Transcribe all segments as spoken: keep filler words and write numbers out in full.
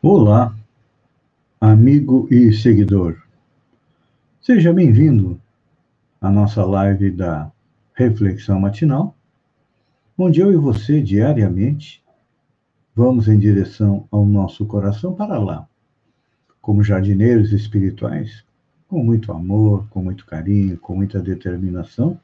Olá, amigo e seguidor. Seja bem-vindo à nossa live da Reflexão Matinal, onde eu e você, diariamente, vamos em direção ao nosso coração para lá, como jardineiros espirituais, com muito amor, com muito carinho, com muita determinação,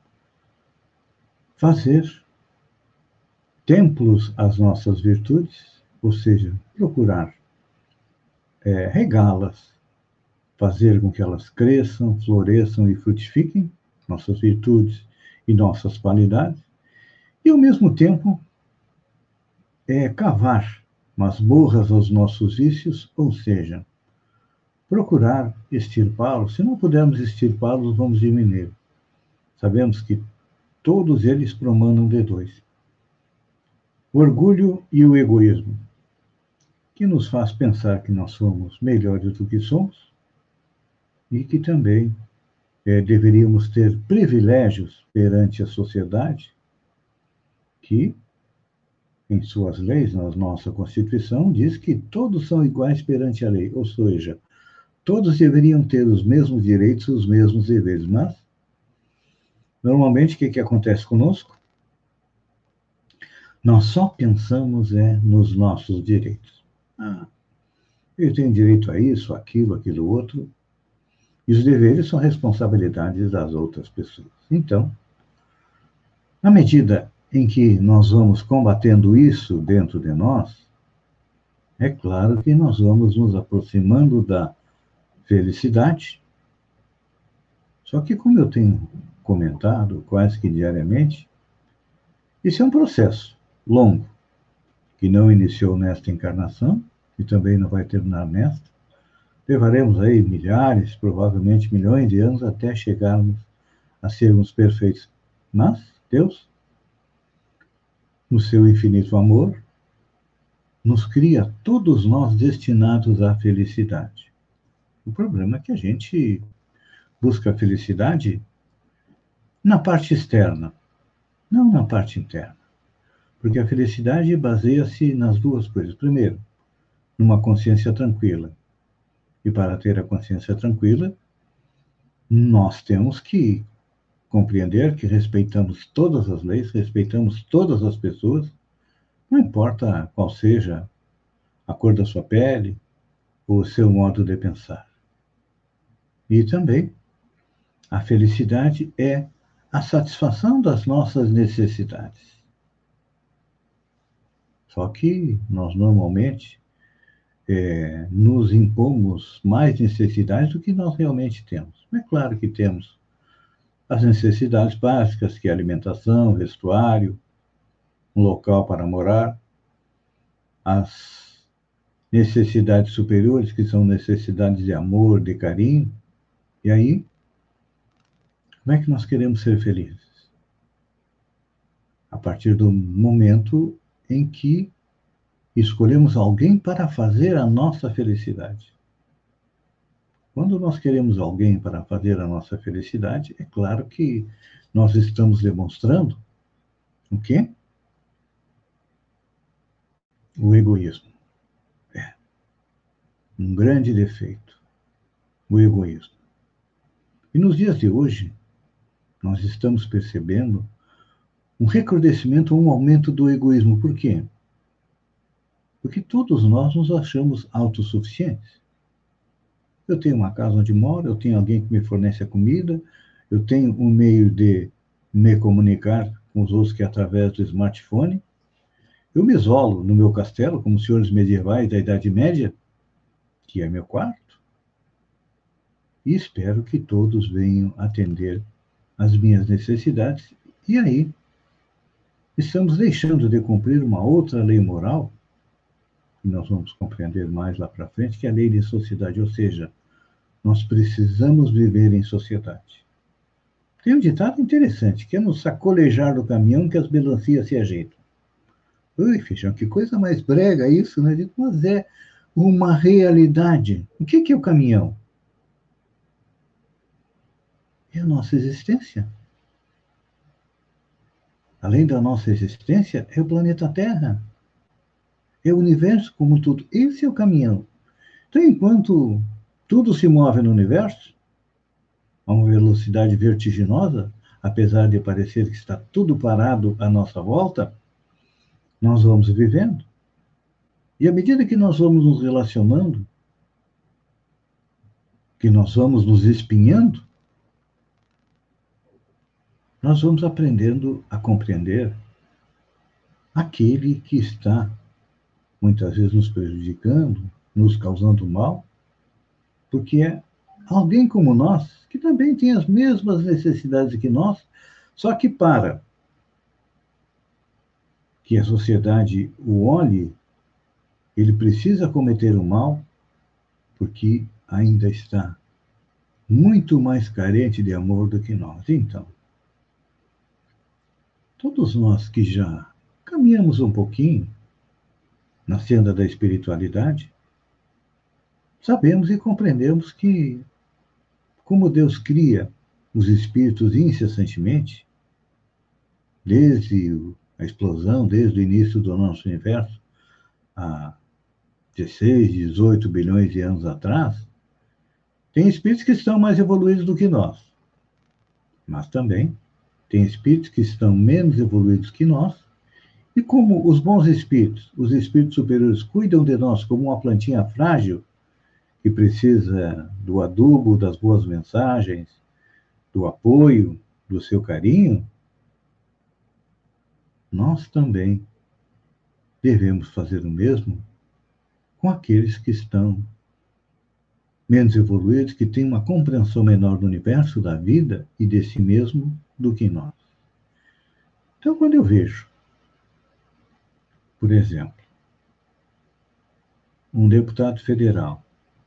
fazer templos às nossas virtudes, ou seja, procurar é, regá-las, fazer com que elas cresçam, floresçam e frutifiquem, nossas virtudes e nossas qualidades, e ao mesmo tempo é, cavar masmorras aos nossos vícios, ou seja, procurar extirpá-los. Se não pudermos extirpá-los, vamos diminuir. Sabemos que todos eles promanam de dois: o orgulho e o egoísmo, que nos faz pensar que nós somos melhores do que somos e que também é, deveríamos ter privilégios perante a sociedade, que, em suas leis, na nossa Constituição, diz que todos são iguais perante a lei, ou seja, todos deveriam ter os mesmos direitos e os mesmos deveres, mas, normalmente, o que, que acontece conosco? Nós só pensamos é, nos nossos direitos. Ah, eu tenho direito a isso, aquilo, aquilo outro, e os deveres são responsabilidades das outras pessoas. Então, na medida em que nós vamos combatendo isso dentro de nós, é claro que nós vamos nos aproximando da felicidade. Só que, como eu tenho comentado quase que diariamente, isso é um processo longo, que não iniciou nesta encarnação e também não vai terminar nesta. Levaremos aí milhares, provavelmente milhões de anos até chegarmos a sermos perfeitos. Mas Deus, no seu infinito amor, nos cria todos nós destinados à felicidade. O problema é que a gente busca a felicidade na parte externa, não na parte interna. Porque a felicidade baseia-se nas duas coisas. Primeiro, numa consciência tranquila. E para ter a consciência tranquila, nós temos que compreender que respeitamos todas as leis, respeitamos todas as pessoas, não importa qual seja a cor da sua pele ou o seu modo de pensar. E também, a felicidade é a satisfação das nossas necessidades. Só que nós normalmente é, nos impomos mais necessidades do que nós realmente temos. É claro que temos as necessidades básicas, que é alimentação, vestuário, um local para morar, as necessidades superiores, que são necessidades de amor, de carinho. E aí, como é que nós queremos ser felizes? A partir do momento em que escolhemos alguém para fazer a nossa felicidade. Quando nós queremos alguém para fazer a nossa felicidade, é claro que nós estamos demonstrando o quê? O egoísmo. É um grande defeito, o egoísmo. E nos dias de hoje, nós estamos percebendo um recrudescimento, um aumento do egoísmo. Por quê? Porque todos nós nos achamos autossuficientes. Eu tenho uma casa onde moro, eu tenho alguém que me fornece a comida, eu tenho um meio de me comunicar com os outros que é através do smartphone. Eu me isolo no meu castelo, como os senhores medievais da Idade Média, que é meu quarto, e espero que todos venham atender às minhas necessidades. E aí, estamos deixando de cumprir uma outra lei moral, que nós vamos compreender mais lá para frente, que é a lei de sociedade, ou seja, nós precisamos viver em sociedade. Tem um ditado interessante, que é no sacolejar do caminhão que as melancias se ajeitam. Ui, feijão, que coisa mais brega isso, né? Mas é uma realidade. O que é o caminhão? É a nossa existência. Além da nossa existência, é o planeta Terra. É o universo como tudo. Esse é o caminhão. Então, enquanto tudo se move no universo, a uma velocidade vertiginosa, apesar de parecer que está tudo parado à nossa volta, nós vamos vivendo. E à medida que nós vamos nos relacionando, que nós vamos nos espinhando, nós vamos aprendendo a compreender aquele que está, muitas vezes, nos prejudicando, nos causando mal, porque é alguém como nós, que também tem as mesmas necessidades que nós, só que para que a sociedade o olhe, ele precisa cometer o mal, porque ainda está muito mais carente de amor do que nós. Então, todos nós que já caminhamos um pouquinho na senda da espiritualidade, sabemos e compreendemos que, como Deus cria os espíritos incessantemente, desde a explosão, desde o início do nosso universo, há dezesseis, dezoito bilhões de anos atrás, tem espíritos que estão mais evoluídos do que nós, mas também tem espíritos que estão menos evoluídos que nós, e como os bons espíritos, os espíritos superiores, cuidam de nós como uma plantinha frágil, que precisa do adubo, das boas mensagens, do apoio, do seu carinho, nós também devemos fazer o mesmo com aqueles que estão menos evoluídos, que têm uma compreensão menor do universo, da vida e de si mesmo do que nós. Então, quando eu vejo, por exemplo, um deputado federal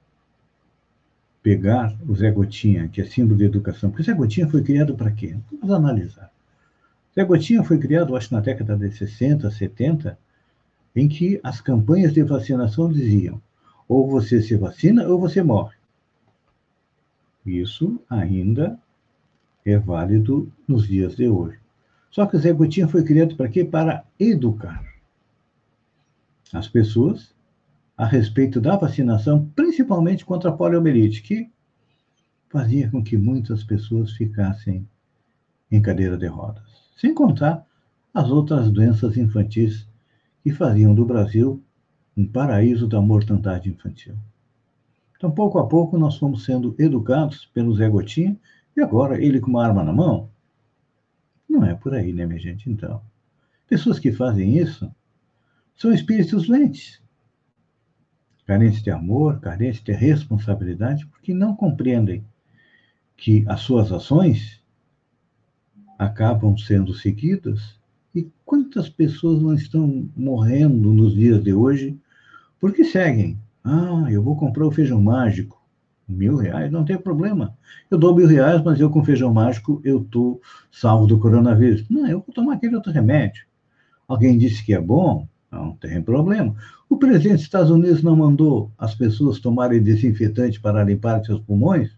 pegar o Zé Gotinha, que é símbolo de educação, porque o Zé Gotinha foi criado para quê? Vamos analisar. O Zé Gotinha foi criado, acho, na década de sessenta, setenta, em que as campanhas de vacinação diziam: ou você se vacina ou você morre. Isso ainda é válido nos dias de hoje. Só que o Zé Gotinha foi criado para quê? Para educar as pessoas a respeito da vacinação, principalmente contra a poliomielite, que fazia com que muitas pessoas ficassem em cadeira de rodas. Sem contar as outras doenças infantis que faziam do Brasil um paraíso da mortandade infantil. Então, pouco a pouco, nós fomos sendo educados pelo Zé Gotinha, e agora ele com uma arma na mão? Não é por aí, né, minha gente? Então, pessoas que fazem isso são espíritos doentes, carentes de amor, carentes de responsabilidade, porque não compreendem que as suas ações acabam sendo seguidas. E quantas pessoas não estão morrendo nos dias de hoje porque seguem? Ah, eu vou comprar o feijão mágico. Mil reais, não tem problema. Eu dou mil reais, mas eu com feijão mágico eu estou salvo do coronavírus. Não, eu vou tomar aquele outro remédio. Alguém disse que é bom? Não tem problema. O presidente dos Estados Unidos não mandou as pessoas tomarem desinfetante para limpar seus pulmões?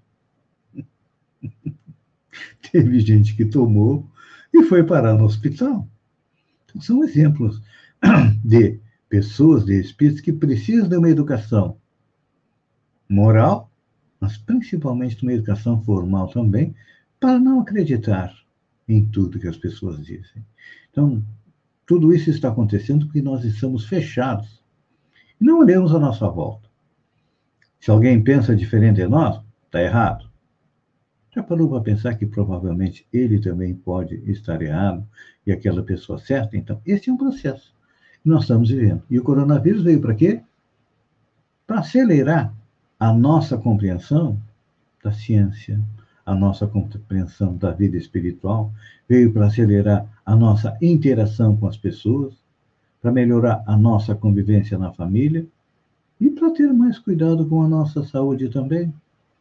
Teve gente que tomou e foi parar no hospital. Então, são exemplos de pessoas, de espíritos que precisam de uma educação moral, mas principalmente de uma educação formal também, para não acreditar em tudo que as pessoas dizem. Então, tudo isso está acontecendo porque nós estamos fechados. Não olhamos à nossa volta. Se alguém pensa diferente de nós, está errado. Já parou para pensar que provavelmente ele também pode estar errado e aquela pessoa certa? Então, esse é um processo que nós estamos vivendo. E o coronavírus veio para quê? Para acelerar a nossa compreensão da ciência, a nossa compreensão da vida espiritual, veio para acelerar a nossa interação com as pessoas, para melhorar a nossa convivência na família e para ter mais cuidado com a nossa saúde também.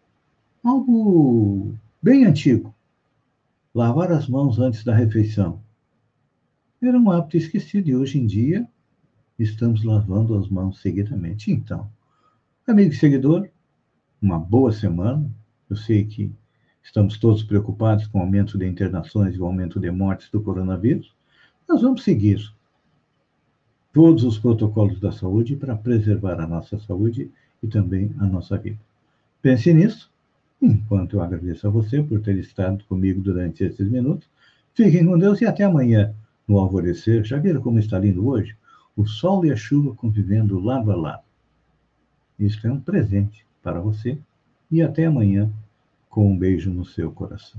Algo bem antigo. Lavar as mãos antes da refeição. Era um hábito esquecido e hoje em dia estamos lavando as mãos seguidamente. Então, amigo e seguidor, uma boa semana. Eu sei que estamos todos preocupados com o aumento de internações e o aumento de mortes do coronavírus. Nós vamos seguir todos os protocolos da saúde para preservar a nossa saúde e também a nossa vida. Pense nisso, enquanto eu agradeço a você por ter estado comigo durante esses minutos. Fiquem com Deus e até amanhã, no alvorecer. Já viram como está lindo hoje? O sol e a chuva convivendo lado a lado. Isso é um presente para você. E até amanhã, com um beijo no seu coração.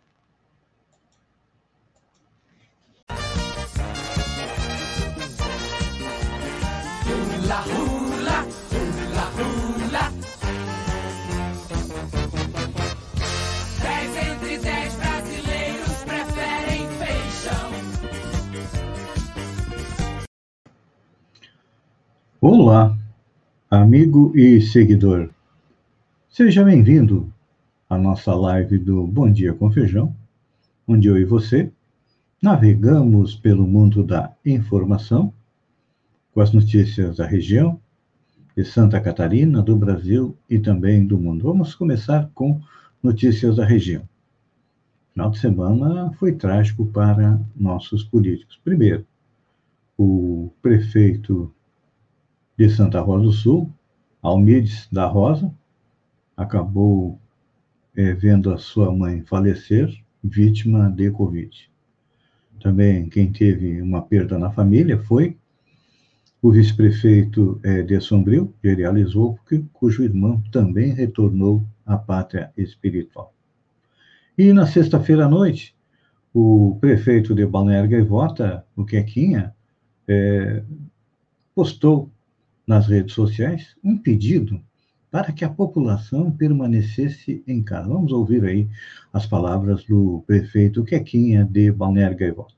Hula, hula, hula, hula. Dez entre dez brasileiros preferem feijão. Olá, amigo e seguidor. Seja bem-vindo à nossa live do Bom Dia com Feijão, onde eu e você navegamos pelo mundo da informação, com as notícias da região, de Santa Catarina, do Brasil e também do mundo. Vamos começar com notícias da região. Final de semana foi trágico para nossos políticos. Primeiro, o prefeito de Santa Rosa do Sul, Almides da Rosa, acabou é, vendo a sua mãe falecer, vítima de Covid. Também quem teve uma perda na família foi o vice-prefeito é, de Sombrio, Geriali Zolfo, cujo irmão também retornou à pátria espiritual. E na sexta-feira à noite, o prefeito de Balneário Gaivota, o Quequinha, é, postou nas redes sociais um pedido para que a população permanecesse em casa. Vamos ouvir aí as palavras do prefeito Quequinha de Balneário Gaivota.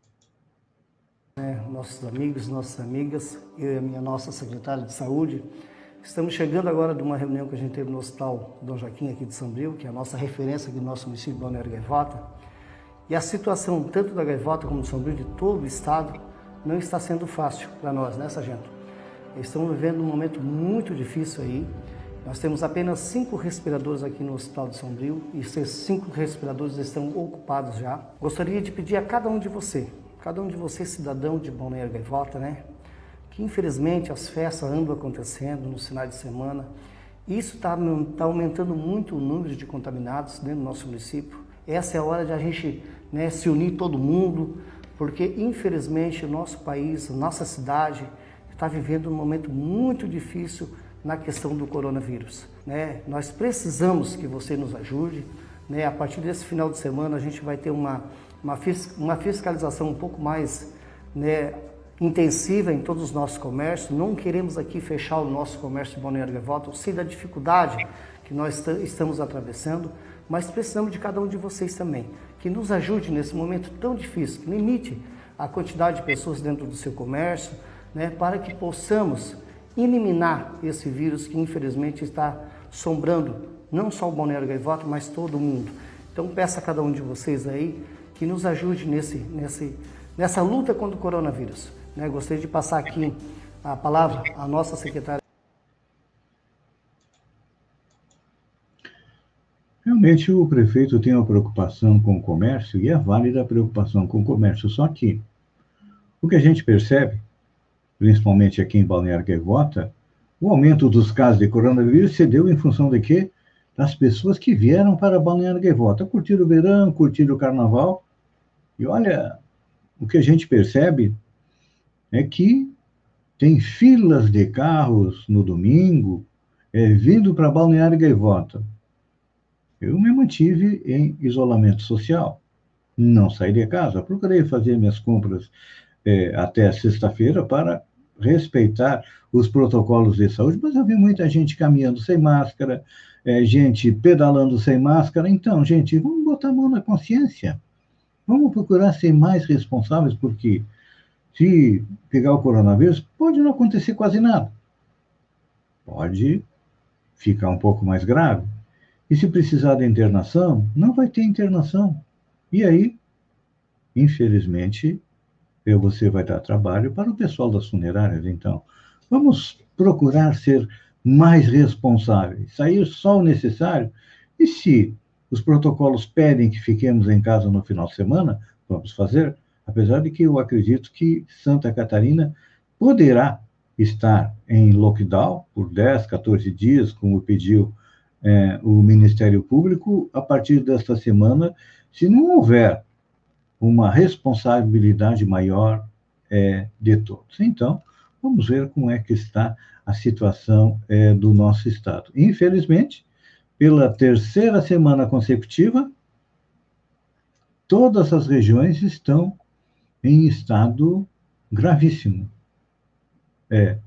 É, nossos amigos, nossas amigas, eu e a minha nossa secretária de saúde, estamos chegando agora de uma reunião que a gente teve no Hospital Dom Joaquim aqui de Sombrio, que é a nossa referência aqui do nosso município de Balneário Gaivota, e a situação tanto da Gaivota como de Sombrio, de todo o estado, não está sendo fácil para nós, né, sargento? Estamos vivendo um momento muito difícil aí. Nós temos apenas cinco respiradores aqui no Hospital de Sombrio e esses cinco respiradores estão ocupados já. Gostaria de pedir a cada um de vocês, cada um de vocês, cidadão de Balneário Gaivota, né? Que infelizmente as festas andam acontecendo nos finais de semana. Isso está tá aumentando muito o número de contaminados dentro do nosso município. Essa é a hora de a gente, né, se unir todo mundo, porque infelizmente o nosso país, a nossa cidade, está vivendo um momento muito difícil na questão do coronavírus, né? Nós precisamos que você nos ajude, né? A partir desse final de semana a gente vai ter uma, uma, uma fiscalização um pouco mais, né, intensiva em todos os nossos comércios. Não queremos aqui fechar o nosso comércio de Balneário Gaivota, eu sei da dificuldade que nós estamos atravessando, mas precisamos de cada um de vocês também, que nos ajude nesse momento tão difícil, que limite a quantidade de pessoas dentro do seu comércio, né, para que possamos eliminar esse vírus que infelizmente está assombrando não só o Balneário Gaivota, mas todo mundo. Então peço a cada um de vocês aí que nos ajude nesse, nesse, nessa luta contra o coronavírus, né? Gostaria de passar aqui a palavra à nossa secretária. Realmente o prefeito tem uma preocupação com o comércio e é válida a preocupação com o comércio, só que o que a gente percebe, principalmente aqui em Balneário Gaivota, o aumento dos casos de coronavírus se deu em função de quê? Das pessoas que vieram para Balneário Gaivota, curtir o verão, curtir o carnaval. E olha, o que a gente percebe é que tem filas de carros no domingo é, vindo para Balneário Gaivota. Eu me mantive em isolamento social, não saí de casa, procurei fazer minhas compras é, até sexta-feira para respeitar os protocolos de saúde, mas eu vi muita gente caminhando sem máscara, é, gente pedalando sem máscara. Então, gente, vamos botar a mão na consciência, vamos procurar ser mais responsáveis, porque se pegar o coronavírus, pode não acontecer quase nada, pode ficar um pouco mais grave, e se precisar de internação, não vai ter internação, e aí, infelizmente, você vai dar trabalho para o pessoal das funerárias. Então, vamos procurar ser mais responsáveis, sair só o necessário, e se os protocolos pedem que fiquemos em casa no final de semana, vamos fazer, apesar de que eu acredito que Santa Catarina poderá estar em lockdown por dez, quatorze dias, como pediu é, o Ministério Público, a partir desta semana, se não houver uma responsabilidade maior é, de todos. Então, vamos ver como é que está a situação é, do nosso Estado. Infelizmente, pela terceira semana consecutiva, todas as regiões estão em estado gravíssimo. É,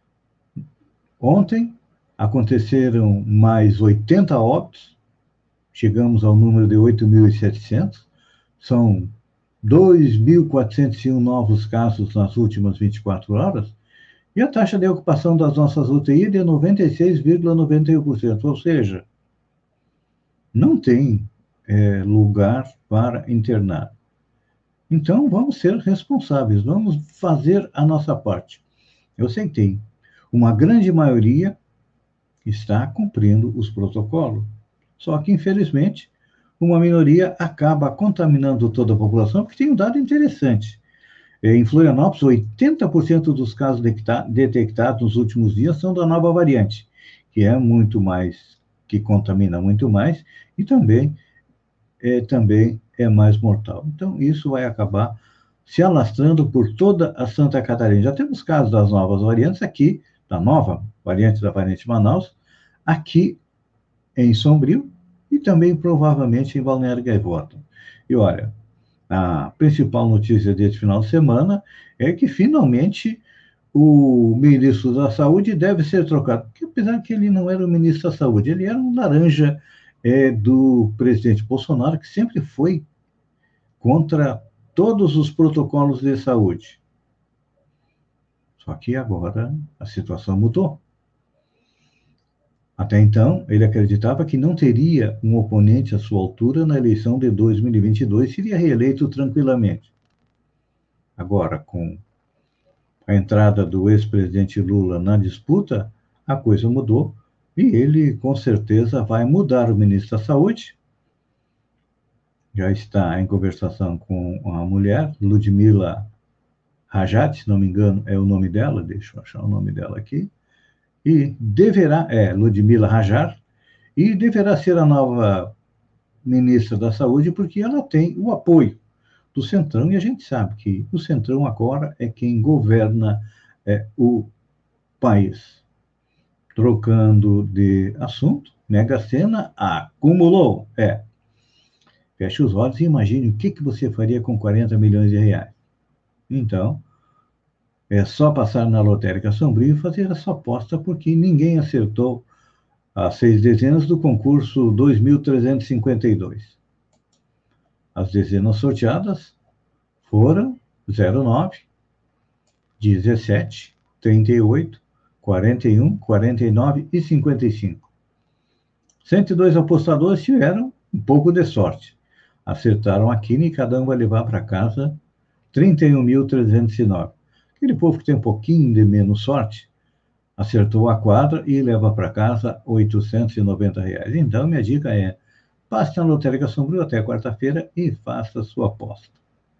ontem aconteceram mais oitenta óbitos, chegamos ao número de oito mil e setecentos, são dois mil quatrocentos e um novos casos nas últimas vinte e quatro horas, e a taxa de ocupação das nossas U T I é de noventa e seis vírgula noventa e um por cento, ou seja, não tem é, lugar para internar. Então, vamos ser responsáveis, vamos fazer a nossa parte. Eu sei que tem uma grande maioria está cumprindo os protocolos, só que, infelizmente, uma minoria acaba contaminando toda a população, porque tem um dado interessante. Em Florianópolis, oitenta por cento dos casos detectados nos últimos dias são da nova variante, que é muito mais, que contamina muito mais, e também é, também é mais mortal. Então, isso vai acabar se alastrando por toda a Santa Catarina. Já temos casos das novas variantes aqui, da nova variante da variante Manaus, aqui em Sombrio, e também provavelmente em Balneário Gaivota. E olha, a principal notícia desse final de semana é que finalmente o ministro da Saúde deve ser trocado, porque apesar que ele não era o ministro da Saúde, ele era um laranja é, do presidente Bolsonaro, que sempre foi contra todos os protocolos de saúde. Só que agora a situação mudou. Até então, ele acreditava que não teria um oponente à sua altura na eleição de dois mil e vinte e dois, seria reeleito tranquilamente. Agora, com a entrada do ex-presidente Lula na disputa, a coisa mudou e ele, com certeza, vai mudar o ministro da Saúde. Já está em conversação com a mulher, Ludmila Rajat, se não me engano, é o nome dela, deixa eu achar o nome dela aqui. E deverá, é, Ludmila Rajar, e deverá ser a nova ministra da Saúde, porque ela tem o apoio do Centrão, e a gente sabe que o Centrão agora é quem governa é, o país. Trocando de assunto, Mega Sena acumulou, é. Feche os olhos e imagine o que, que você faria com quarenta milhões de reais. Então, é só passar na Lotérica Sombrio e fazer essa aposta, porque ninguém acertou as seis dezenas do concurso dois mil trezentos e cinquenta e dois. As dezenas sorteadas foram zero nove, dezessete, trinta e oito, quarenta e um, quarenta e nove e cinquenta e cinco. cento e dois apostadores tiveram um pouco de sorte. Acertaram a quina e cada um vai levar para casa trinta e um mil trezentos e nove. Aquele povo que tem um pouquinho de menos sorte, acertou a quadra e leva para casa oitocentos e noventa reais. Então, minha dica é, passe na Lotérica Sombrio até quarta-feira e faça a sua aposta.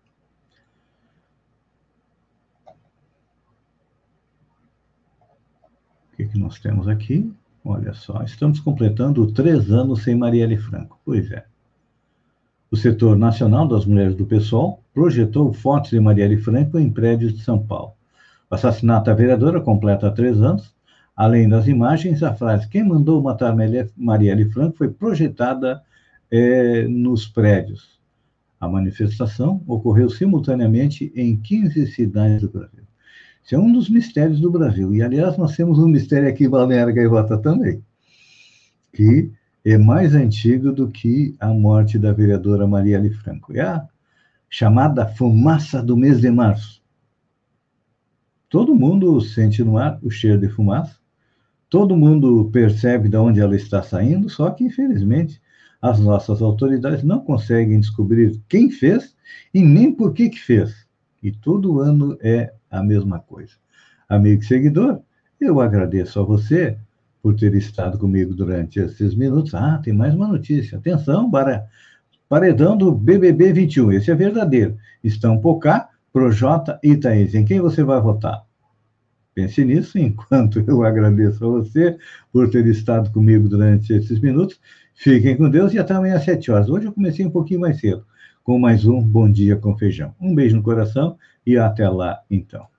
O que, que nós temos aqui? Olha só, estamos completando três anos sem Marielle Franco. Pois é. O setor nacional das mulheres do PSOL projetou fotos de Marielle Franco em prédios de São Paulo. O assassinato da vereadora completa três anos. Além das imagens, a frase "quem mandou matar Marielle Franco" foi projetada é, nos prédios. A manifestação ocorreu simultaneamente em quinze cidades do Brasil. Isso é um dos mistérios do Brasil. E, aliás, nós temos um mistério aqui em Balneário Gaivota também, que é mais antigo do que a morte da vereadora Marielle Franco. É a chamada fumaça do mês de março. Todo mundo sente no ar o cheiro de fumaça, todo mundo percebe de onde ela está saindo, só que, infelizmente, as nossas autoridades não conseguem descobrir quem fez e nem por que que fez. E todo ano é a mesma coisa. Amigo e seguidor, eu agradeço a você por ter estado comigo durante esses minutos. Ah, tem mais uma notícia. Atenção, para paredão do B B B vinte e um. Esse é verdadeiro. Estão Pocá, Projota e Thaís. Em quem você vai votar? Pense nisso, enquanto eu agradeço a você por ter estado comigo durante esses minutos. Fiquem com Deus e até amanhã às sete horas. Hoje eu comecei um pouquinho mais cedo, com mais um Bom Dia com Feijão. Um beijo no coração e até lá, então.